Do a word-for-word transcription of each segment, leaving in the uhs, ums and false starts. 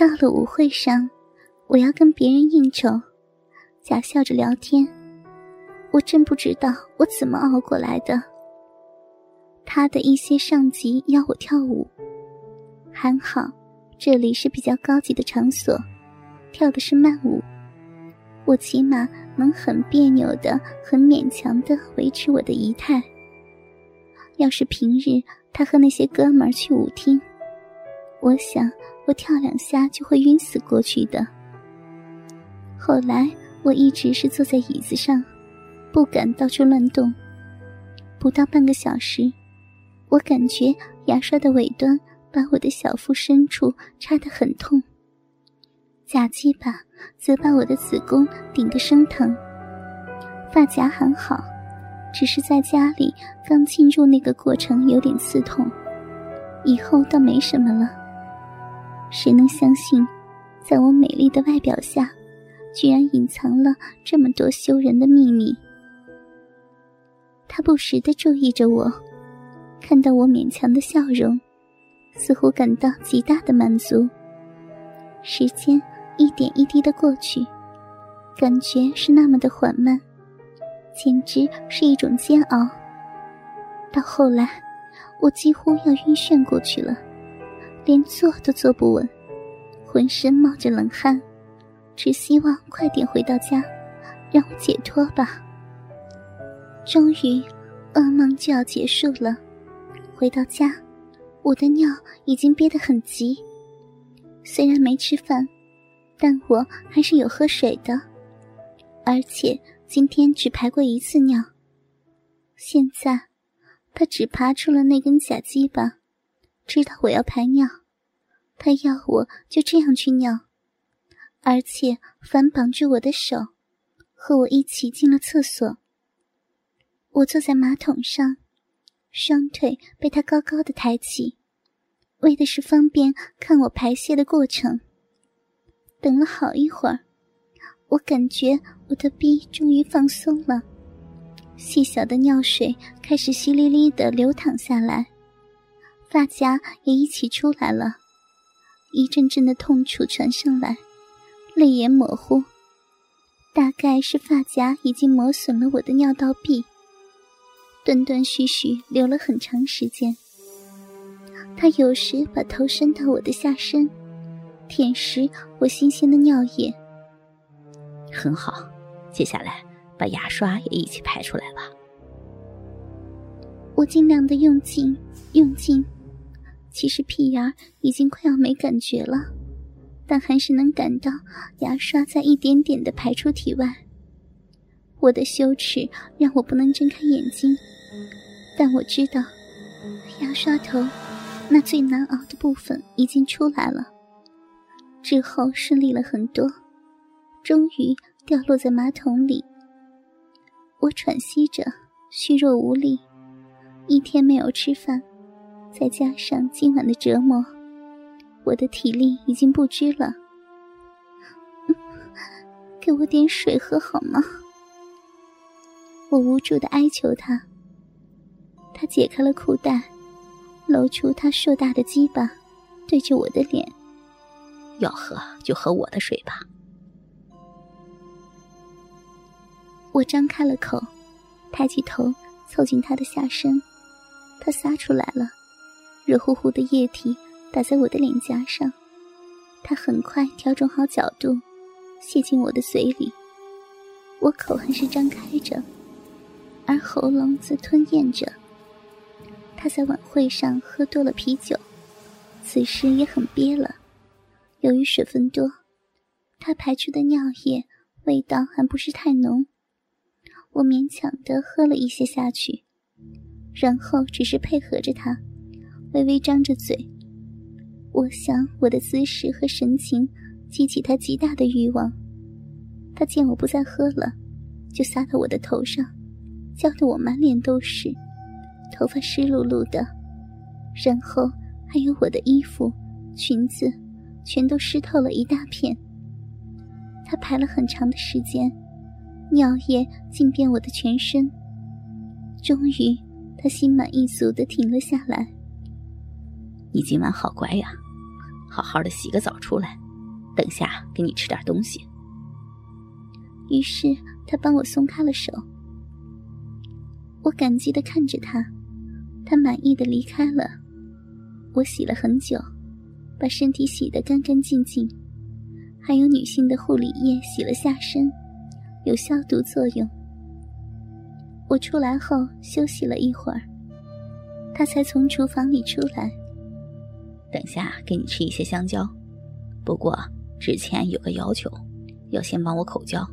到了舞会上，我要跟别人应酬，假笑着聊天，我真不知道我怎么熬过来的。他的一些上级要我跳舞，还好这里是比较高级的场所，跳的是慢舞，我起码能很别扭的、很勉强的维持我的仪态。要是平日他和那些哥们儿去舞厅，我想我跳两下就会晕死过去的。后来我一直是坐在椅子上，不敢到处乱动。不到半个小时，我感觉牙刷的尾端把我的小腹深处插得很痛，假鸡巴则把我的子宫顶得生疼。发夹还好，只是在家里刚进入那个过程有点刺痛，以后倒没什么了。谁能相信，在我美丽的外表下，居然隐藏了这么多羞人的秘密。他不时地注意着我，看到我勉强的笑容，似乎感到极大的满足。时间一点一滴地过去，感觉是那么的缓慢，简直是一种煎熬。到后来，我几乎要晕眩过去了，连坐都坐不稳，浑身冒着冷汗，只希望快点回到家，让我解脱吧。终于，噩梦就要结束了。回到家，我的尿已经憋得很急。虽然没吃饭，但我还是有喝水的，而且今天只排过一次尿。现在，他只爬出了那根假鸡巴，知道我要排尿，他要我就这样去尿，而且反绑住我的手，和我一起进了厕所。我坐在马桶上，双腿被他高高的抬起，为的是方便看我排泄的过程。等了好一会儿，我感觉我的逼终于放松了，细小的尿水开始淅沥沥地流淌下来，发夹也一起出来了。一阵阵的痛楚传上来，泪眼模糊，大概是发夹已经磨损了我的尿道壁，断断续续流了很长时间。他有时把头伸到我的下身，舔舐我新鲜的尿液。 很好，接下来把牙刷也一起排出来吧。 我尽量的用劲用劲，其实屁眼已经快要没感觉了，但还是能感到牙刷在一点点的排出体外。我的羞耻让我不能睁开眼睛，但我知道牙刷头那最难熬的部分已经出来了。之后顺利了很多，终于掉落在马桶里。我喘息着，虚弱无力，一天没有吃饭，再加上今晚的折磨，我的体力已经不支了。给我点水喝好吗？我无助地哀求他。他解开了裤带，露出他硕大的鸡巴，对着我的脸。 要喝就喝我的水吧。 我张开了口，抬起头凑近他的下身，他撒出来了，热乎乎的液体打在我的脸颊上。他很快调整好角度，泄进我的嘴里。我口还是张开着，而喉咙则吞咽着。他在晚会上喝多了啤酒，此时也很憋了。由于水分多，他排出的尿液味道还不是太浓，我勉强地喝了一些下去，然后只是配合着他，微微张着嘴。我想我的姿势和神情激起他极大的欲望。他见我不再喝了，就撒到我的头上，浇得我满脸都是，头发湿漉漉的，然后还有我的衣服、裙子全都湿透了一大片。他排了很长的时间，尿液浸遍我的全身。终于他心满意足地停了下来。 你今晚好乖呀，好好的洗个澡出来， 等下给你吃点东西。 于是他帮我松开了手。我感激地看着他，他满意地离开了。我洗了很久，把身体洗得干干净净，还有女性的护理液洗了下身，有消毒作用。我出来后休息了一会儿，他才从厨房里出来。 等下给你吃一些香蕉，不过之前有个要求，要先帮我口交。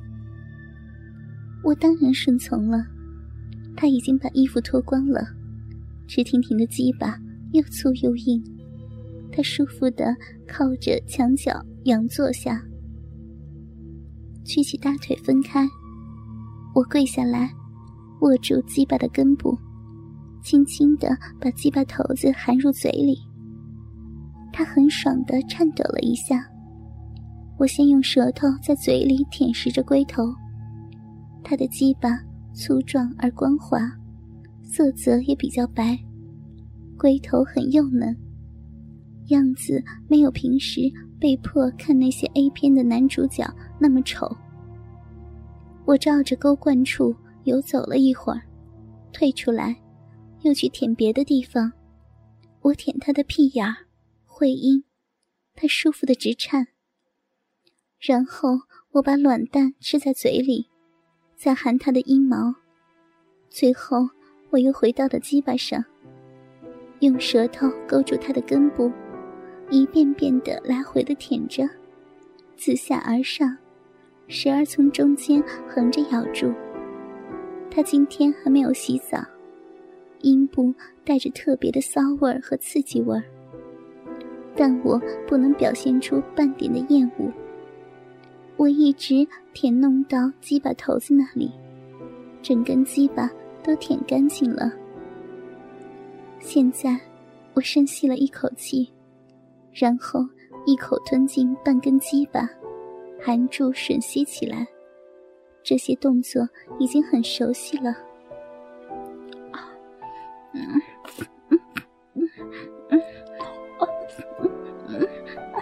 我当然顺从了。他已经把衣服脱光了，直挺挺的鸡巴又粗又硬，他舒服地靠着墙角仰坐下，曲起大腿分开。我跪下来，握住鸡巴的根部，轻轻地把鸡巴头子含入嘴里。他很爽地颤抖了一下。我先用舌头在嘴里舔舐着龟头，他的鸡巴粗壮而光滑，色泽也比较白，龟头很幼嫩，样子没有平时被迫看那些 A 片的男主角那么丑。我照着沟灌处游走了一会儿，退出来，又去舔别的地方。我舔他的屁眼儿、会阴，他舒服的直颤。然后我把卵蛋吃在嘴里，再含他的阴毛。最后我又回到了鸡巴上，用舌头勾住他的根部，一遍遍地来回地舔着，自下而上，时而从中间横着咬住。他今天还没有洗澡，阴部带着特别的骚味儿和刺激味儿，但我不能表现出半点的厌恶。我一直舔弄到鸡巴头子那里，整根鸡巴都舔干净了。现在我深吸了一口气，然后一口吞进半根鸡巴，含住吮吸起来。这些动作已经很熟悉了。嗯嗯嗯嗯嗯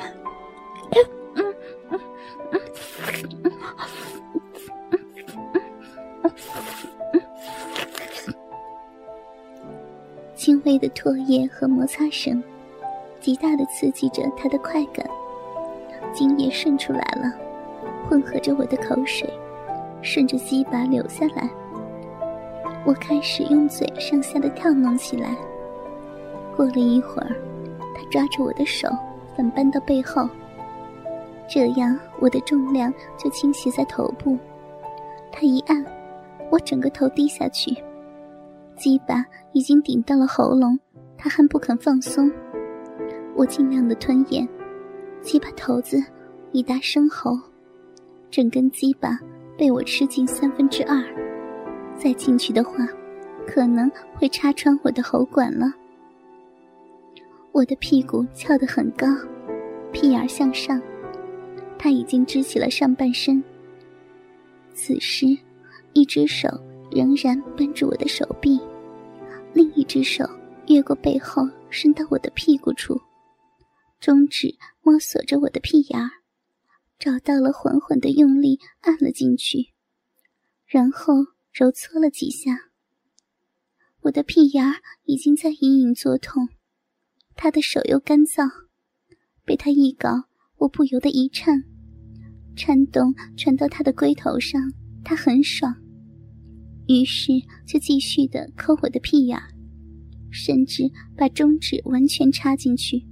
轻微的唾液和摩擦声极大地刺激着他的快感，精液渗出来了，混合着我的口水，顺着鸡巴流下来。我开始用嘴上下的跳弄起来。过了一会儿，他抓着我的手反扳到背后，这样我的重量就倾斜在头部。他一按，我整个头低下去，鸡巴已经顶到了喉咙，他还不肯放松。我尽量的吞咽，鸡巴头子已达深喉，整根鸡巴被我吃进三分之二，再进去的话，可能会插穿我的喉管了。我的屁股翘得很高，屁眼向上，他已经支起了上半身。此时，一只手仍然扳住我的手臂，另一只手越过背后伸到我的屁股处，中指摸索着我的屁眼儿，找到了，缓缓地用力按了进去，然后揉搓了几下。我的屁眼儿已经在隐隐作痛，他的手又干燥，被他一搞，我不由得一颤，颤动传到他的龟头上，他很爽，于是就继续地抠我的屁眼儿，甚至把中指完全插进去。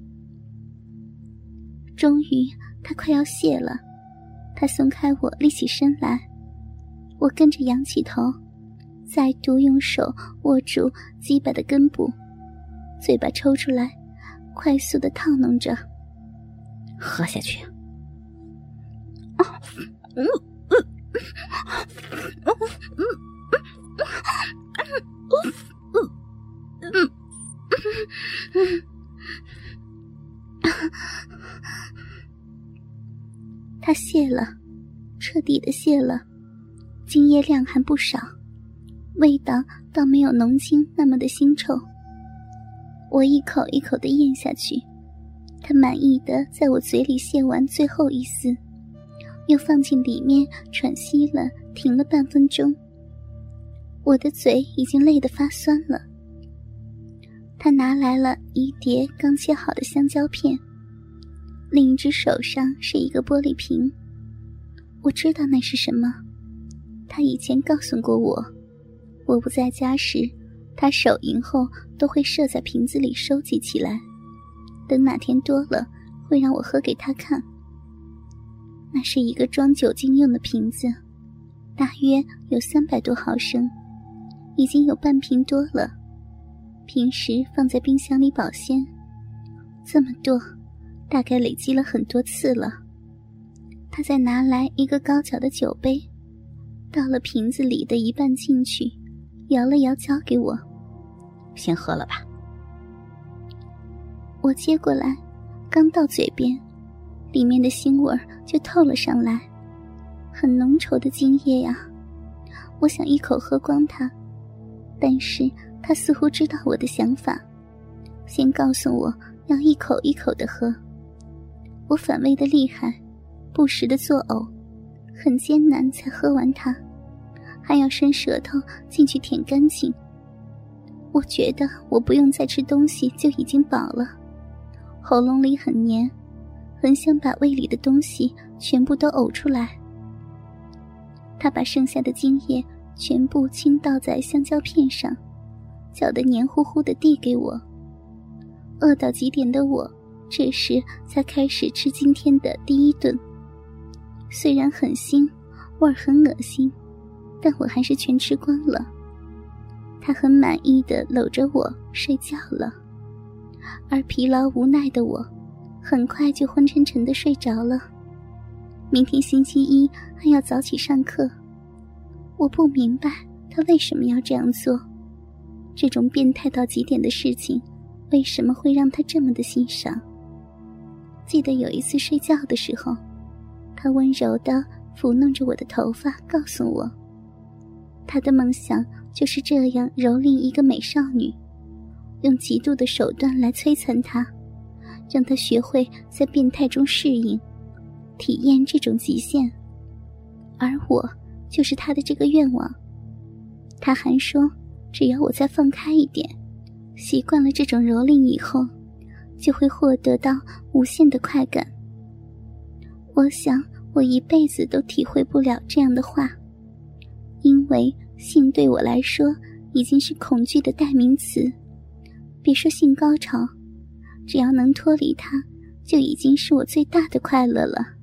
终于他快要泄了，他松开我，立起身来，我跟着仰起头，再度用手握住鸡巴的根部，嘴巴抽出来，快速地套弄着。 喝下去。 嗯嗯嗯嗯嗯他泄了，彻底的泄了，精液量还不少，味道倒没有浓精那么的腥臭。我一口一口的咽下去， 他满意的在我嘴里卸完最后一丝，又放进里面喘息了，停了半分钟。我的嘴已经累得发酸了。他拿来了一碟刚切好的香蕉片，另一只手上是一个玻璃瓶。我知道那是什么，他以前告诉过我，我不在家时，他手淫后都会射在瓶子里收集起来，等哪天多了会让我喝给他看。那是一个装酒精用的瓶子，大约有三百多毫升，已经有半瓶多了。平时放在冰箱里保鲜，这么多大概累积了很多次了。他再拿来一个高脚的酒杯，倒了瓶子里的一半进去，摇了摇交给我， 先喝了吧。 我接过来，刚到嘴边，里面的腥味就透了上来，很浓稠的精液呀、啊！我想一口喝光它，但是他似乎知道我的想法，先告诉我要一口一口的喝。我反胃的厉害，不时的作呕，很艰难才喝完它，还要伸舌头进去舔干净。我觉得我不用再吃东西就已经饱了，喉咙里很黏，很想把胃里的东西全部都呕出来。他把剩下的精液全部倾倒在香蕉片上，搅得黏糊糊的递给我。饿到极点的我，这时才开始吃今天的第一顿。虽然很腥，味儿很恶心，但我还是全吃光了。他很满意地搂着我睡觉了，而疲劳无奈的我很快就昏沉沉地睡着了。明天星期一还要早起上课，我不明白他为什么要这样做，这种变态到极点的事情为什么会让他这么的欣赏。记得有一次睡觉的时候，他温柔地抚弄着我的头发，告诉我他的梦想就是这样蹂躏一个美少女，用极度的手段来摧残她，让她学会在变态中适应，体验这种极限。而我就是他的这个愿望。他还说，只要我再放开一点，习惯了这种蹂躏以后，就会获得到无限的快感。我想我一辈子都体会不了这样的话，因为性对我来说已经是恐惧的代名词。别说性高潮，只要能脱离它，就已经是我最大的快乐了。